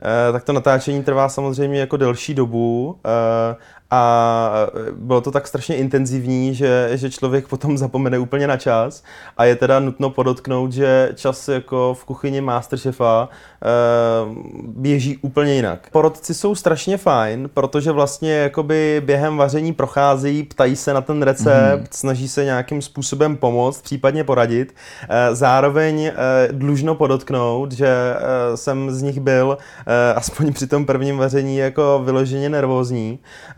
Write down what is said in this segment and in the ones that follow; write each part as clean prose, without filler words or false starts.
Tak to natáčení trvá samozřejmě jako delší dobu a bylo to tak strašně intenzivní, že člověk potom zapomene úplně na čas a je teda nutno podotknout, že čas jako v kuchyni Masterchefa běží úplně jinak. Porotci jsou strašně fajn, protože vlastně jakoby během vaření procházejí, ptají se na ten recept, snaží se nějakým způsobem pomoct, případně poradit. Zároveň dlužno podotknout, že jsem z nich byl aspoň při tom prvním vaření jako vyloženě nervózní.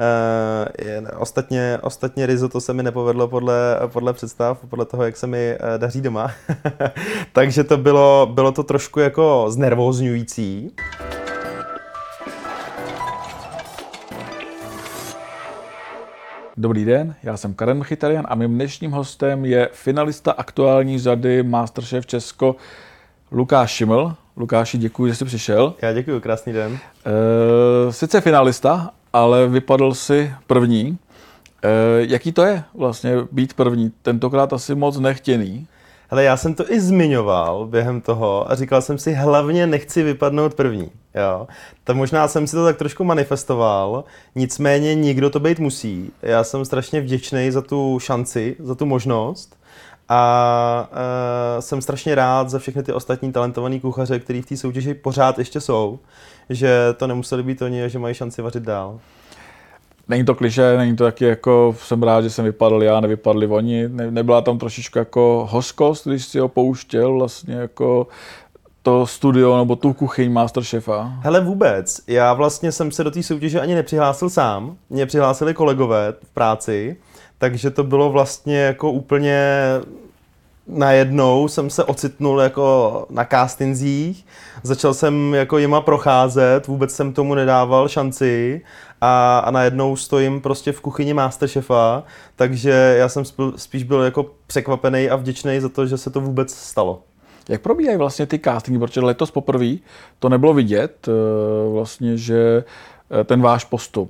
Ostatně risotto se mi nepovedlo podle představ, podle toho, jak se mi daří doma. Takže to bylo to trošku jako znervózňující. Dobrý den, já jsem Karen Mkhitaryan a mým dnešním hostem je finalista aktuální řady Masterchef Česko Lukáš Šiml. Lukáši, děkuji, že jsi přišel. Já děkuji, krásný den. Sice finalista, ale vypadl si první. Jaký to je vlastně být první? Tentokrát asi moc nechtěný. Hele, já jsem to i zmiňoval během toho a říkal jsem si, hlavně nechci vypadnout první. Jo. Tak možná jsem si to tak trošku manifestoval, nicméně nikdo to být musí. Já jsem strašně vděčný za tu šanci, za tu možnost a jsem strašně rád za všechny ty ostatní talentovaný kuchaře, kteří v té soutěži pořád ještě jsou, že to nemuseli být oni a že mají šanci vařit dál. Není to klišé, není to taky jako jsem rád, že jsem vypadl já, nevypadli oni. Nebyla tam trošičku jako hořkost, když si ho pouštěl vlastně jako to studio nebo tu kuchyň Masterchefa? Hele, vůbec. Já vlastně jsem se do té soutěže ani nepřihlásil sám. Mě přihlásili kolegové v práci, takže to bylo vlastně jako úplně najednou jsem se ocitnul jako na castingzích, začal jsem jako jima procházet, vůbec jsem tomu nedával šanci a najednou stojím prostě v kuchyni Masterchefa, takže já jsem spíš byl jako překvapený a vděčný za to, že se to vůbec stalo. Jak probíhají vlastně ty castingy, protože letos poprvé to nebylo vidět, vlastně, že ten váš postup,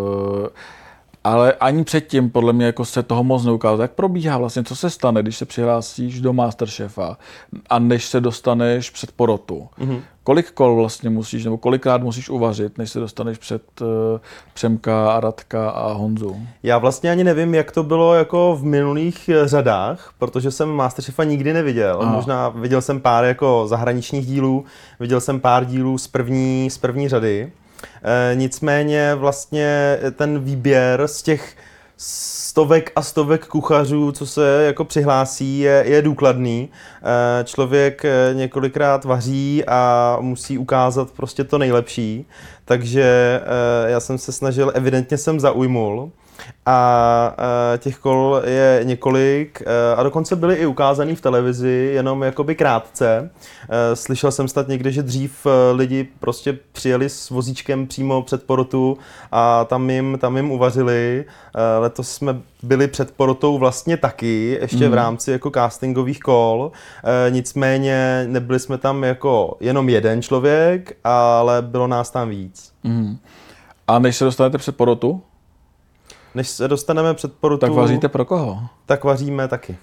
ale ani předtím podle mě jako se toho moc neukázalo. Jak probíhá vlastně, co se stane, když se přihlásíš do Masterchefa a než se dostaneš před porotu? Mm-hmm. Kolik kol vlastně musíš, nebo kolikrát musíš uvařit, než se dostaneš před Přemka, Radka a Honzu? Já vlastně ani nevím, jak to bylo jako v minulých řadách, protože jsem Masterchefa nikdy neviděl. Aha. Možná viděl jsem pár jako zahraničních dílů, viděl jsem pár dílů z první řady. Nicméně vlastně ten výběr z těch stovek a stovek kuchařů, co se jako přihlásí, je důkladný. Člověk několikrát vaří a musí ukázat prostě to nejlepší. Takže já jsem se snažil, evidentně jsem zaujmul. A těch kol je několik a dokonce byly i ukázaný v televizi, jenom jakoby krátce. Slyšel jsem snad někde, že dřív lidi prostě přijeli s vozíčkem přímo před porotu a tam jim uvařili. Letos jsme byli před porotou vlastně taky, ještě v rámci jako castingových kol. Nicméně nebyli jsme tam jako jenom jeden člověk, ale bylo nás tam víc. A než se dostanete před porotu? Než se dostaneme před porotu... Tak vaříte pro koho? Tak vaříme taky.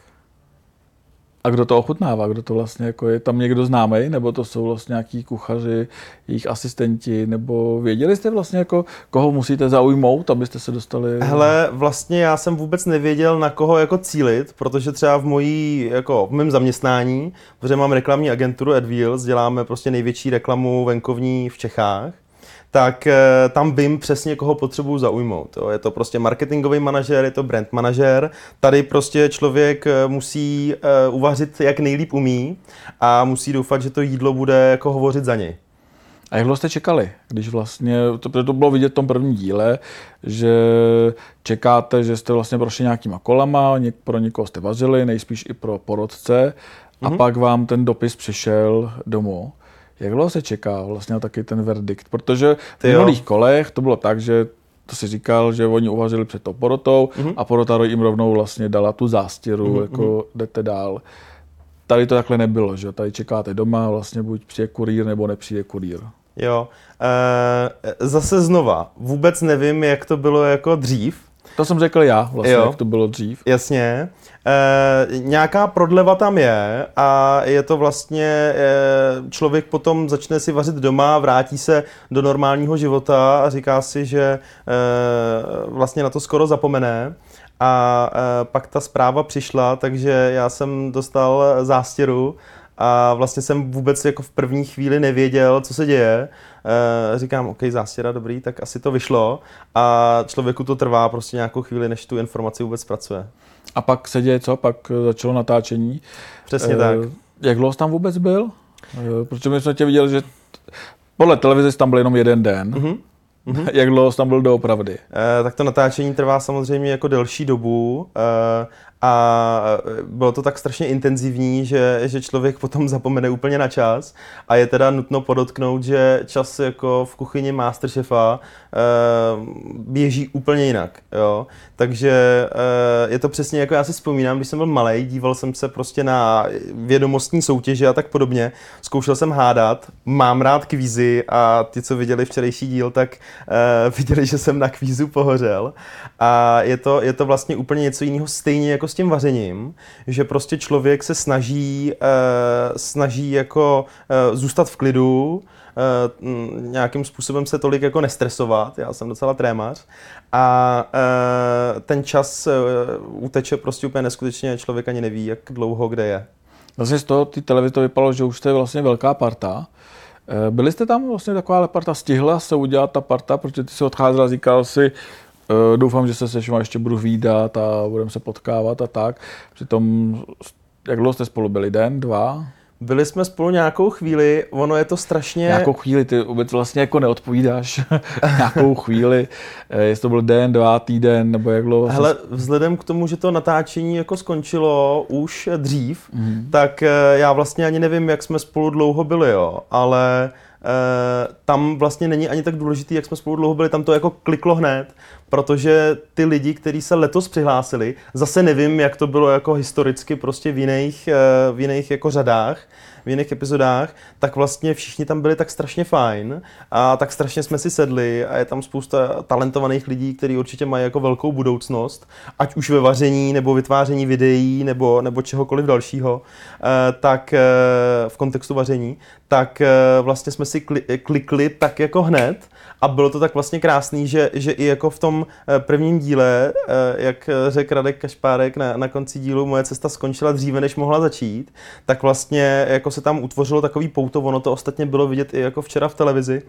A kdo to ochutnává? Kdo to vlastně jako je tam někdo známý, nebo to jsou vlastně nějaký kuchaři, jejich asistenti, nebo věděli jste vlastně jako, koho musíte zaujmout, abyste se dostali... Hele, vlastně já jsem vůbec nevěděl, na koho jako cílit, protože třeba v mém zaměstnání, protože mám reklamní agenturu AdWheels, děláme prostě největší reklamu venkovní v Čechách, tak tam vím přesně, koho potřebuji zaujmout. Jo. Je to prostě marketingový manažer, je to brand manažer. Tady prostě člověk musí uvařit, jak nejlíp umí a musí doufat, že to jídlo bude jako hovořit za něj. A jak dlouho jste čekali, když vlastně, to bylo vidět v tom prvním díle, že čekáte, že jste vlastně prošli nějakýma kolama, pro někoho jste vařili, nejspíš i pro porotce a pak vám ten dopis přišel domů. Jak dlouho se čeká vlastně taky ten verdikt? Protože v minulých kolech to bylo tak, že to si říkal, že oni uvařili před tou porotou a porota jim rovnou vlastně dala tu zástěru, jako jdete dál. Tady to takhle nebylo, že tady čekáte doma, vlastně buď přijde kurýr nebo nepřijde kurýr. Jo, zase znova, vůbec nevím, jak to bylo jako dřív. To jsem řekl já, vlastně, jak to bylo dřív. Jasně. Nějaká prodleva tam je a je to vlastně, člověk potom začne si vařit doma, vrátí se do normálního života a říká si, že vlastně na to skoro zapomene. A pak ta zpráva přišla, takže já jsem dostal zástěru a vlastně jsem vůbec jako v první chvíli nevěděl, co se děje. Říkám, OK, zástěra, dobrý, tak asi to vyšlo a člověku to trvá prostě nějakou chvíli, než tu informaci vůbec zpracuje. A pak se děje co? Pak začalo natáčení. Přesně tak. Jak dlouho jsi tam vůbec byl? Protože my jsme tě viděli, že podle televize jsi tam byl jenom jeden den. Mm-hmm. Jak dlouho jsi tam byl doopravdy? Tak to natáčení trvá samozřejmě jako delší dobu a bylo to tak strašně intenzivní, že člověk potom zapomene úplně na čas a je teda nutno podotknout, že čas jako v kuchyni Masterchefa běží úplně jinak. Jo? Takže je to přesně jako já si vzpomínám, když jsem byl malej, díval jsem se prostě na vědomostní soutěže a tak podobně, zkoušel jsem hádat, mám rád kvízy a ti, co viděli včerejší díl, tak viděli, že jsem na kvízu pohořel a je to vlastně úplně něco jiného stejně jako s tím vařením, že prostě člověk se snaží jako zůstat v klidu, nějakým způsobem se tolik jako nestresovat, já jsem docela trémař a ten čas uteče prostě úplně neskutečně, člověk ani neví, jak dlouho kde je. Vlastně z toho ty televize to vypadalo, že už to je vlastně velká parta. Byli jste tam vlastně taková parta, stihla se udělat ta parta, protože ty si odcházel a říkal si, doufám, že se s vámi ještě budu vídat a budeme se potkávat a tak. Přitom, jak dlouho jste spolu byli? Den, dva? Byli jsme spolu nějakou chvíli, ono je to strašně... Nějakou chvíli, ty vůbec vlastně jako neodpovídáš. Nějakou chvíli, jestli to byl den, dva, týden, nebo jak dlouho... Hele, vzhledem k tomu, že to natáčení jako skončilo už dřív, tak já vlastně ani nevím, jak jsme spolu dlouho byli, jo, ale... tam vlastně není ani tak důležitý, jak jsme spolu dlouho byli, tam to jako kliklo hned, protože ty lidi, kteří se letos přihlásili, zase nevím, jak to bylo jako historicky prostě v jiných jako řadách, v jiných epizodách, tak vlastně všichni tam byli tak strašně fajn a tak strašně jsme si sedli a je tam spousta talentovaných lidí, kteří určitě mají jako velkou budoucnost, ať už ve vaření nebo vytváření videí nebo čehokoliv dalšího, tak v kontextu vaření, tak vlastně jsme si klikli tak jako hned a bylo to tak vlastně krásný, že i jako v tom prvním díle, jak řekl Radek Kašpárek na konci dílu, moje cesta skončila dříve, než mohla začít, tak vlastně jako se tam utvořilo takový pouto, ono to ostatně bylo vidět i jako včera v televizi,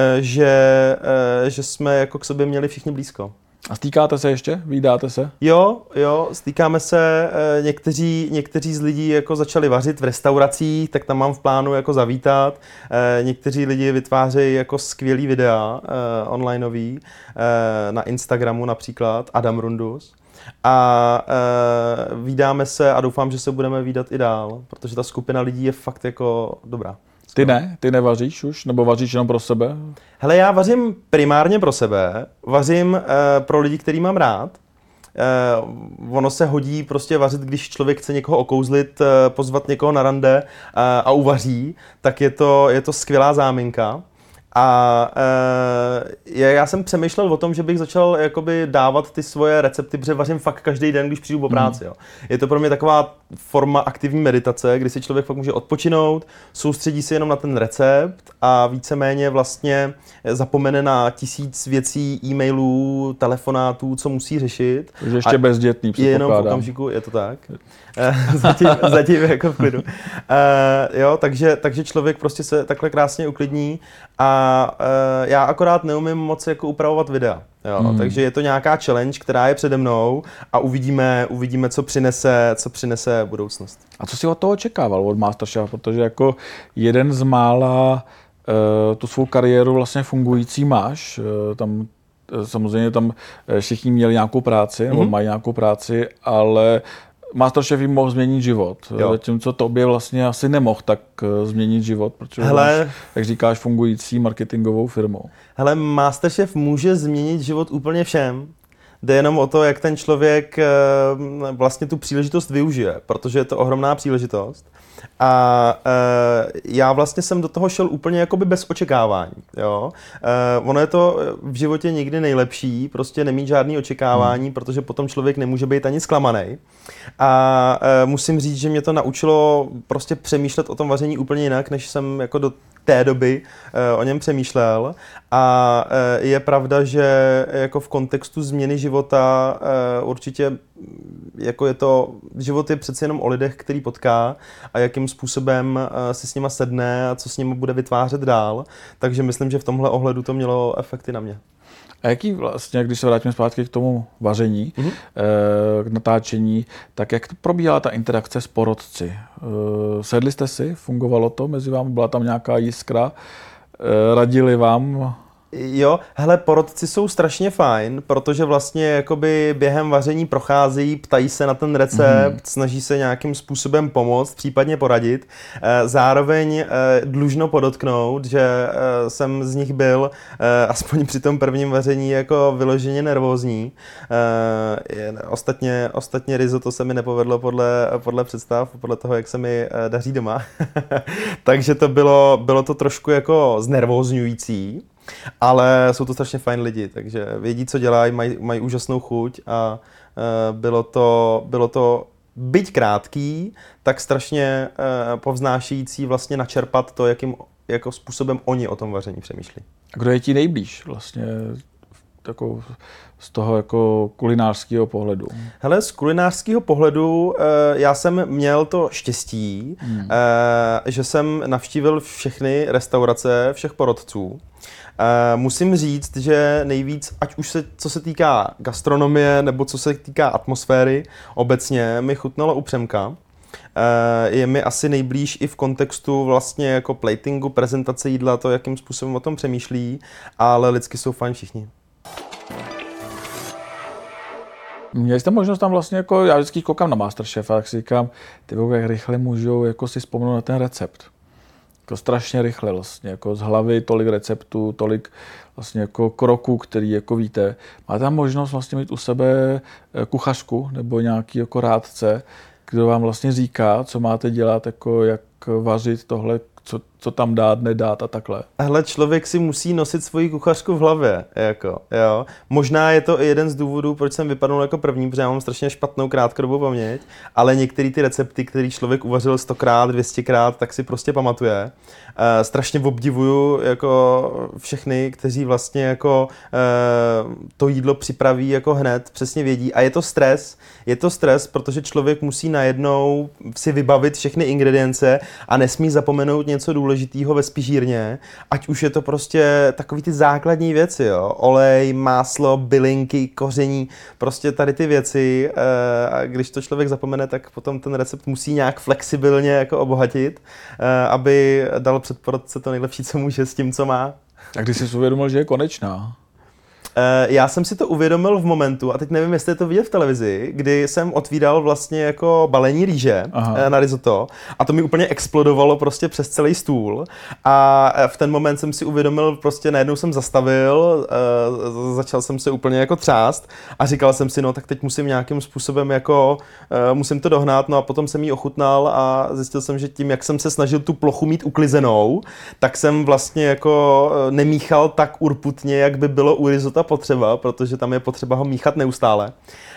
že jsme jako k sobě měli všichni blízko. A stýkáte se ještě? Vídáte se? Jo, stýkáme se, někteří z lidí jako začali vařit v restauracích, tak tam mám v plánu jako zavítat. Někteří lidi vytvářejí jako skvělý videa onlineový, na Instagramu například, Adam Rundus. A vídáme se a doufám, že se budeme vídat i dál, protože ta skupina lidí je fakt jako dobrá. Ty ne? Ty nevaříš už? Nebo vaříš jenom pro sebe? Hele, já vařím primárně pro sebe, vařím pro lidi, který mám rád. Ono se hodí prostě vařit, když člověk chce někoho okouzlit, pozvat někoho na rande a uvaří, tak je to skvělá záminka. A já jsem přemýšlel o tom, že bych začal jakoby dávat ty svoje recepty, protože vařím fakt každý den, když přijdu po práci. Jo. Je to pro mě taková forma aktivní meditace, kdy si člověk fakt může odpočinout, soustředí se jenom na ten recept a víceméně vlastně zapomene na 1000 věcí, e-mailů, telefonátů, co musí řešit. Takže ještě bezdětný, je jenom v okamžiku, je to tak. Zatím jako v klidu. Takže člověk prostě se takhle krásně uklidní a já akorát neumím moc jako upravovat videa. Jo, takže je to nějaká challenge, která je přede mnou a uvidíme, co přinese budoucnost. A co jsi od toho očekával, od Masterchefa? Protože jako jeden z mála tu svou kariéru vlastně fungující máš. Samozřejmě tam všichni měli nějakou práci, nebo mají nějakou práci, ale Masterchef jim mohl změnit život, zatímco tobě vlastně asi nemohl tak změnit život, protože máš, jak říkáš, fungující marketingovou firmu. Hele, Masterchef může změnit život úplně všem. Jde jenom o to, jak ten člověk vlastně tu příležitost využije, protože je to ohromná příležitost. A já vlastně jsem do toho šel úplně jakoby bez očekávání. Jo? Ono je to v životě nikdy nejlepší, prostě nemít žádný očekávání, protože potom člověk nemůže být ani zklamaný. A musím říct, že mě to naučilo prostě přemýšlet o tom vaření úplně jinak, než jsem jako do té doby o něm přemýšlel. A je pravda, že jako v kontextu změny života určitě jako život je přece jenom o lidech, který potká a jakým způsobem si s nima sedne a co s nima bude vytvářet dál. Takže myslím, že v tomhle ohledu to mělo efekty na mě. A jaký vlastně, když se vrátíme zpátky k tomu vaření, k natáčení, tak jak probíhala ta interakce s porotci? Sedli jste si? Fungovalo to mezi vámi? Byla tam nějaká jiskra? Radili vám? Jo, hele, porotci jsou strašně fajn, protože vlastně jakoby během vaření procházejí, ptají se na ten recept, snaží se nějakým způsobem pomoct, případně poradit. Zároveň dlužno podotknout, že jsem z nich byl, aspoň při tom prvním vaření, jako vyloženě nervózní. Ostatně risotto se mi nepovedlo podle představ, podle toho, jak se mi daří doma. Takže to bylo to trošku jako znervózňující. Ale jsou to strašně fajn lidi, takže vědí, co dělají, mají úžasnou chuť a bylo to byť krátký, tak strašně povznášející vlastně načerpat to, jakým jako způsobem oni o tom vaření přemýšlí. A kdo je ti nejblíž vlastně jako z toho jako kulinářského pohledu? Hele, z kulinářského pohledu já jsem měl to štěstí, že jsem navštívil všechny restaurace všech porotců. Musím říct, že nejvíc, ať už co se týká gastronomie nebo co se týká atmosféry, obecně mi chutnalo u Přemka. Je mi asi nejblíž i v kontextu vlastně jako platingu, prezentace jídla, to, jakým způsobem o tom přemýšlí, ale lidsky jsou fajn všichni. Měli jste možnost tam vlastně, jako já vždycky koukám na Masterchef a tak si říkám, jak rychle můžou jako si vzpomenout na ten recept. Jako strašně rychle vlastně, jako z hlavy tolik receptů, tolik vlastně jako kroků, který jako víte. Máte tam možnost vlastně mít u sebe kuchařku nebo nějaký jako rádce, kdo vám vlastně říká, co máte dělat, jako jak vařit tohle, co tam dát, nedát a takhle. Hele, člověk si musí nosit svoji kuchařku v hlavě, jako, jo. Možná je to i jeden z důvodů, proč jsem vypadnul jako první, protože já mám strašně špatnou krátkodobou paměť, ale některé ty recepty, které člověk uvařil 100krát, 200krát, tak si prostě pamatuje. Strašně obdivuju jako všechny, kteří vlastně jako to jídlo připraví jako hned, přesně vědí. A je to stres, protože člověk musí najednou si vybavit všechny ingredience a nesmí zapomenout něco důležitého ve spižírně, ať už je to prostě takový ty základní věci, jo? Olej, máslo, bylinky, koření, prostě tady ty věci. A když to člověk zapomene, tak potom ten recept musí nějak flexibilně jako obohatit, aby dal před porotce to nejlepší, co může s tím, co má. A když jsi uvědomil, že je konečná? Já jsem si to uvědomil v momentu, a teď nevím, jestli je to vidět v televizi, kdy jsem otvíral vlastně jako balení rýže na risotto a to mi úplně explodovalo prostě přes celý stůl a v ten moment jsem si uvědomil, prostě najednou jsem zastavil, začal jsem se úplně jako třást a říkal jsem si, no tak teď musím nějakým způsobem jako, musím to dohnat, no a potom jsem ji ochutnal a zjistil jsem, že tím, jak jsem se snažil tu plochu mít uklizenou, tak jsem vlastně jako nemíchal tak urputně, jak by bylo u risota potřeba, protože tam je potřeba ho míchat neustále.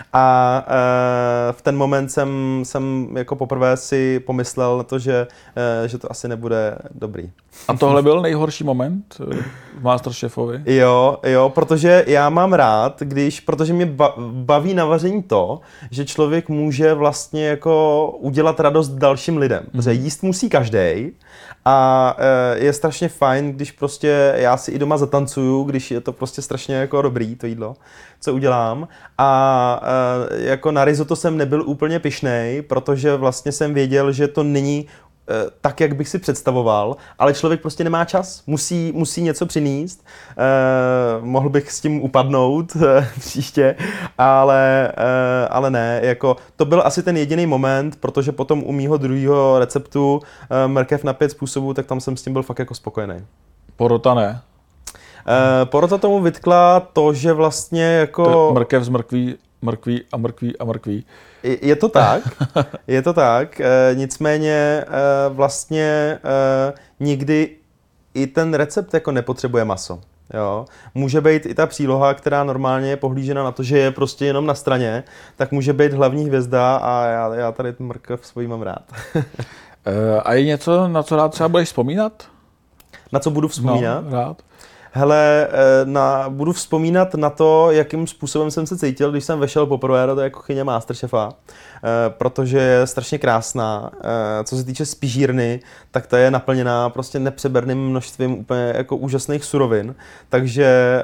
A v ten moment jsem jako poprvé si pomyslel na to, že to asi nebude dobrý. A tohle byl nejhorší moment v Masterchefovi? Jo, protože já mám rád, protože mě baví na vaření to, že člověk může vlastně jako udělat radost dalším lidem. Protože jíst musí každej a je strašně fajn, když prostě já si i doma zatancuju, když je to prostě strašně jako dobrý to jídlo, co udělám. A jako na risotto jsem nebyl úplně pyšnej, protože vlastně jsem věděl, že to není tak, jak bych si představoval, ale člověk prostě nemá čas, musí něco přinést, mohl bych s tím upadnout příště, ale ne, jako to byl asi ten jediný moment, protože potom u mýho druhého receptu mrkev na 5 způsobů, tak tam jsem s tím byl fakt jako spokojený. Porota ne? Porota tomu vytkla to, že vlastně jako... Mrkev z mrkví mrkví a mrkví a mrkví. Je to tak, je to tak, nicméně vlastně nikdy i ten recept jako nepotřebuje maso. Jo. Může být i ta příloha, která normálně je pohlížena na to, že je prostě jenom na straně, tak může být hlavní hvězda a já tady ten mrkev svůj mám rád. A je něco, na co rád třeba budeš vzpomínat? Na co budu vzpomínat? No, rád. Hele, budu vzpomínat na to, jakým způsobem jsem se cítil, když jsem vešel poprvé do té kuchyně Masterchefa, protože je strašně krásná. Co se týče spižírny, tak ta je naplněná prostě nepřeberným množstvím úplně jako úžasných surovin, takže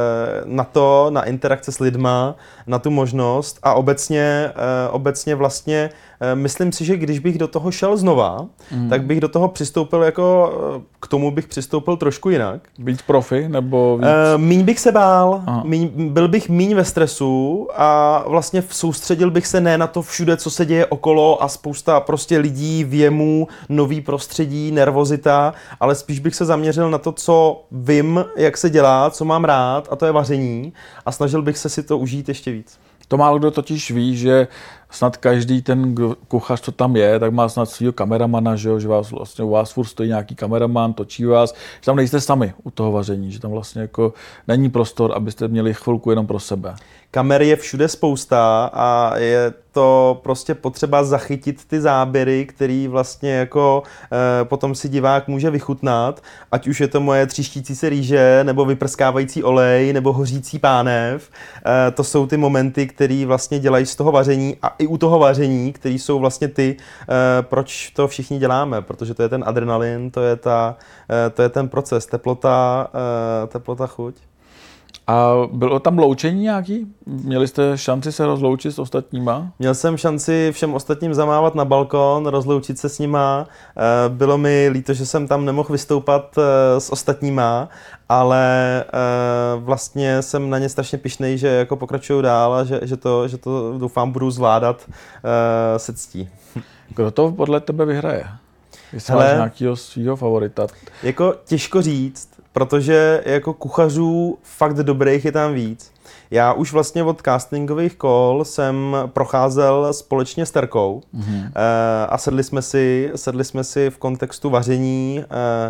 na interakce s lidma, na tu možnost a obecně vlastně myslím si, že když bych do toho šel znova, tak bych do toho přistoupil k tomu bych přistoupil trošku jinak. Být profi nebo víc? Míň bych se bál, byl bych míň ve stresu a vlastně soustředil bych se ne na to všude, co se děje okolo a spousta prostě lidí, věmů, nový prostředí, nervozita, ale spíš bych se zaměřil na to, co vím, jak se dělá, co mám rád a to je vaření a snažil bych se si to užít ještě víc. To málo kdo totiž ví, že snad každý ten kuchař, co tam je, tak má snad svýho kameramana, že vlastně u vás furt stojí nějaký kameraman, točí vás, že tam nejste sami u toho vaření, že tam vlastně jako není prostor, abyste měli chvilku jenom pro sebe. Kamer je všude spousta a je to prostě potřeba zachytit ty záběry, který vlastně jako potom si divák může vychutnat, ať už je to moje tříštící se rýže, nebo vyprskávající olej, nebo hořící pánev. To jsou ty momenty, které vlastně dělají z toho vaření a i u toho vaření, který jsou vlastně proč to všichni děláme, protože to je ten adrenalin, to je ten proces, teplota, chuť. A bylo tam loučení nějaký? Měli jste šanci se rozloučit s ostatníma? Měl jsem šanci všem ostatním zamávat na balkon, rozloučit se s nima. Bylo mi líto, že jsem tam nemohl vystoupat s ostatníma, ale vlastně jsem na ně strašně pyšnej, že jako pokračuju dál a že to doufám budu zvládat se ctí. Kdo to podle tebe vyhraje? Jestli máš nějakého svýho favorita? Jako těžko říct, protože jako kuchařů fakt dobrých je tam víc. Já už vlastně od castingových kol jsem procházel společně s Terkou a sedli jsme si v kontextu vaření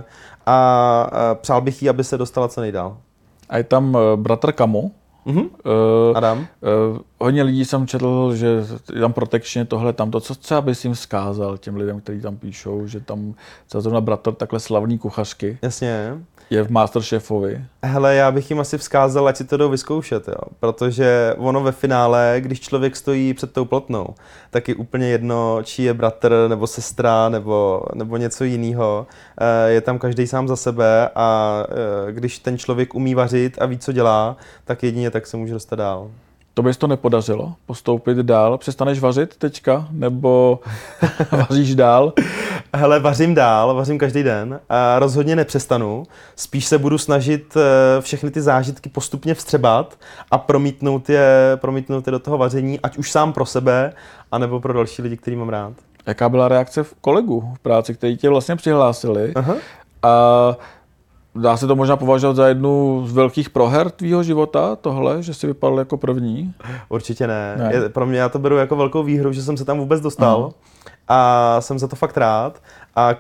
a přál bych jí, aby se dostala co nejdál. A je tam bratr Kamu. Adam. Hodně lidí jsem četl, že tam protekčně tohle, tamto. Co třeba bys jim vzkázal těm lidem, kteří tam píšou, že tam třeba zrovna bratr takhle slavný kuchařky. Jasně. Je v Masterchefovi. Hele, já bych jim asi vzkázal, ať si to jdou vyzkoušet, jo. Protože ono ve finále, když člověk stojí před tou plotnou, tak je úplně jedno, čí je bratr nebo sestra nebo něco jiného. Je tam každý sám za sebe a když ten člověk umí vařit a ví, co dělá, tak jedině tak se může dostat dál. To bys to nepodařilo? Postoupit dál? Přestaneš vařit teďka? Nebo vaříš dál? Hele, vařím každý den a rozhodně nepřestanu. Spíš se budu snažit všechny ty zážitky postupně vstřebat a promítnout je do toho vaření, ať už sám pro sebe, anebo pro další lidi, který mám rád. Jaká byla reakce kolegů v práci, kteří tě vlastně přihlásili? Aha. A dá se to možná považovat za jednu z velkých proher tvýho života, tohle, že jsi vypadl jako první? Určitě ne. Pro mě já to beru jako velkou výhru, že jsem se tam vůbec dostal. A jsem za to fakt rád. A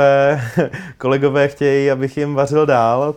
kolegové chtějí, abych jim vařil dál,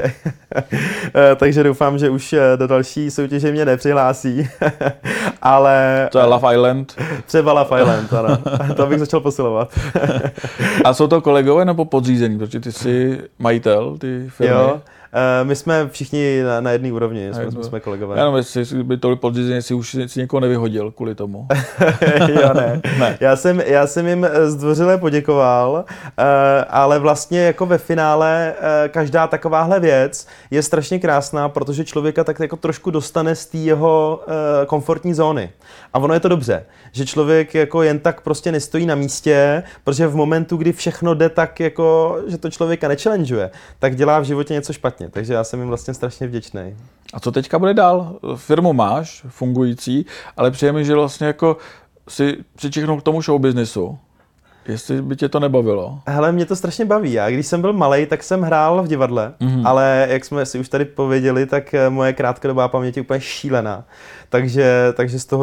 takže doufám, že už do další soutěže mě nepřihlásí. Ale to je Love Island? Třeba Love Island, ano. To bych začal posilovat. A jsou to kolegové nebo podřízení? Protože ty jsi majitel, ty firmy. Jo. My jsme všichni na jedné úrovni, jsme kolegové. Jenom jestli by to byli podřízení, jestli už si někoho nevyhodil kvůli tomu. Jo, ne. Já jsem jim zdvořile poděkoval, ale vlastně jako ve finále každá takováhle věc je strašně krásná, protože člověka tak jako trošku dostane z té jeho komfortní zóny. A ono je to dobře, že člověk jako jen tak prostě nestojí na místě, protože v momentu, kdy všechno jde tak jako, že to člověka nechallengeuje, tak dělá v životě něco špatně. Takže já jsem jim vlastně strašně vděčný. A co teďka bude dál? Firmu máš fungující, ale přijde mi, že vlastně jako si přičichnou k tomu showbiznisu. Jestli by tě to nebavilo? Hele, mě to strašně baví. Já když jsem byl malej, tak jsem hrál v divadle, ale jak jsme si už tady pověděli, tak moje krátkodobá paměť je úplně šílená. Takže z toho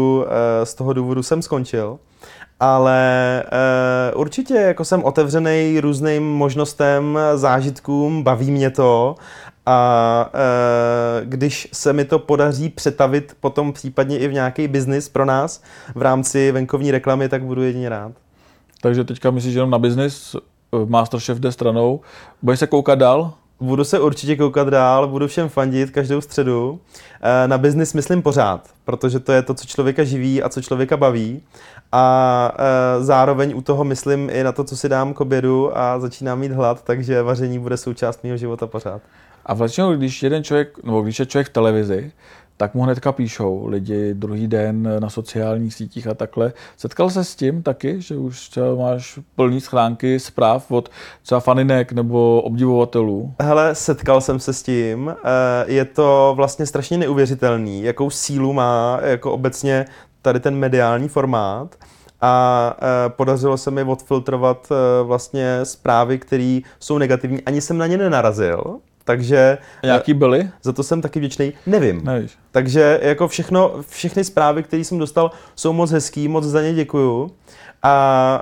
důvodu jsem skončil. Ale určitě jako jsem otevřený různým možnostem, zážitkům, baví mě to a když se mi to podaří přetavit potom případně i v nějaký biznis pro nás v rámci venkovní reklamy, tak budu jedině rád. Takže teďka myslíš jenom na biznis, Masterchef jde stranou. Budeš se koukat dál? Budu se určitě koukat dál, budu všem fandit každou středu. Na biznis myslím pořád, protože to je to, co člověka živí a co člověka baví. A zároveň u toho myslím i na to, co si dám k obědu a začínám mít hlad, takže vaření bude součást mého života pořád. A vlastně, když jeden člověk, nebo když je člověk v televizi, tak mu hnedka píšou lidi druhý den na sociálních sítích a takhle. Setkal se s tím taky, že už třeba máš plný schránky zpráv od třeba faninek nebo obdivovatelů? Hele, setkal jsem se s tím. Je to vlastně strašně neuvěřitelný, jakou sílu má jako obecně tady ten mediální formát. A podařilo se mi odfiltrovat vlastně zprávy, které jsou negativní. Ani jsem na ně nenarazil. Takže jaký byly? Za to jsem taky vděčný. Nevím. Nevíš. Takže jako všechny zprávy, které jsem dostal, jsou moc hezký, moc za ně děkuju. A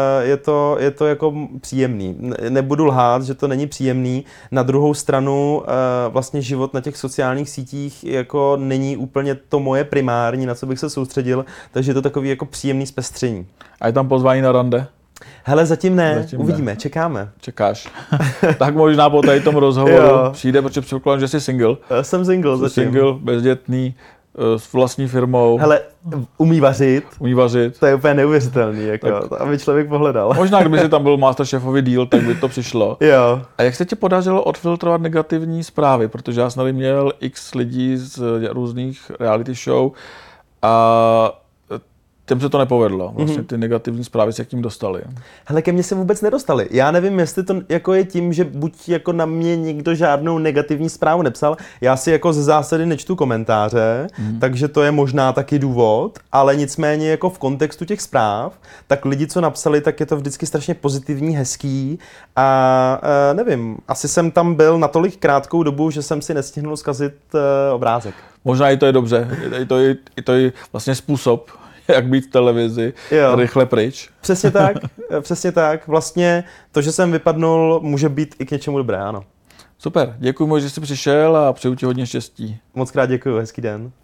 je to jako příjemný. Nebudu lhát, že to není příjemný. Na druhou stranu vlastně život na těch sociálních sítích jako není úplně to moje primární, na co bych se soustředil, takže je to takový jako příjemný zpestření. A je tam pozvání na rande? Hele, zatím ne. Uvidíme, čekáme. Čekáš. Tak možná po tady tom rozhovoru přijde, protože předpokládám, že jsi single. Jsem single zatím. Single, bezdětný, s vlastní firmou. Hele, umí vařit. To je úplně neuvěřitelný, jako, tak, aby člověk pohledal. Možná, kdyby si tam byl Masterchefový díl, tak by to přišlo. Jo. A jak se ti podařilo odfiltrovat negativní zprávy? Protože já jsem tady měl x lidí z různých reality show a těm se to nepovedlo. Vlastně ty negativní zprávy se k tím dostali. Hele, ke mně se vůbec nedostali. Já nevím, jestli to jako je tím, že buď jako na mě někdo žádnou negativní zprávu nepsal. Já si jako ze zásady nečtu komentáře, takže to je možná taky důvod, ale nicméně jako v kontextu těch zpráv, tak lidi, co napsali, tak je to vždycky strašně pozitivní, hezký a nevím, asi jsem tam byl natolik krátkou dobu, že jsem si nestihnul zkazit obrázek. Možná i to je dobře. I to je vlastně způsob, jak být v televizi, rychle pryč. Přesně tak. Vlastně to, že jsem vypadnul, může být i k něčemu dobré, ano. Super, děkuji moc, že jsi přišel a přeju ti hodně štěstí. Mockrát děkuji, hezký den.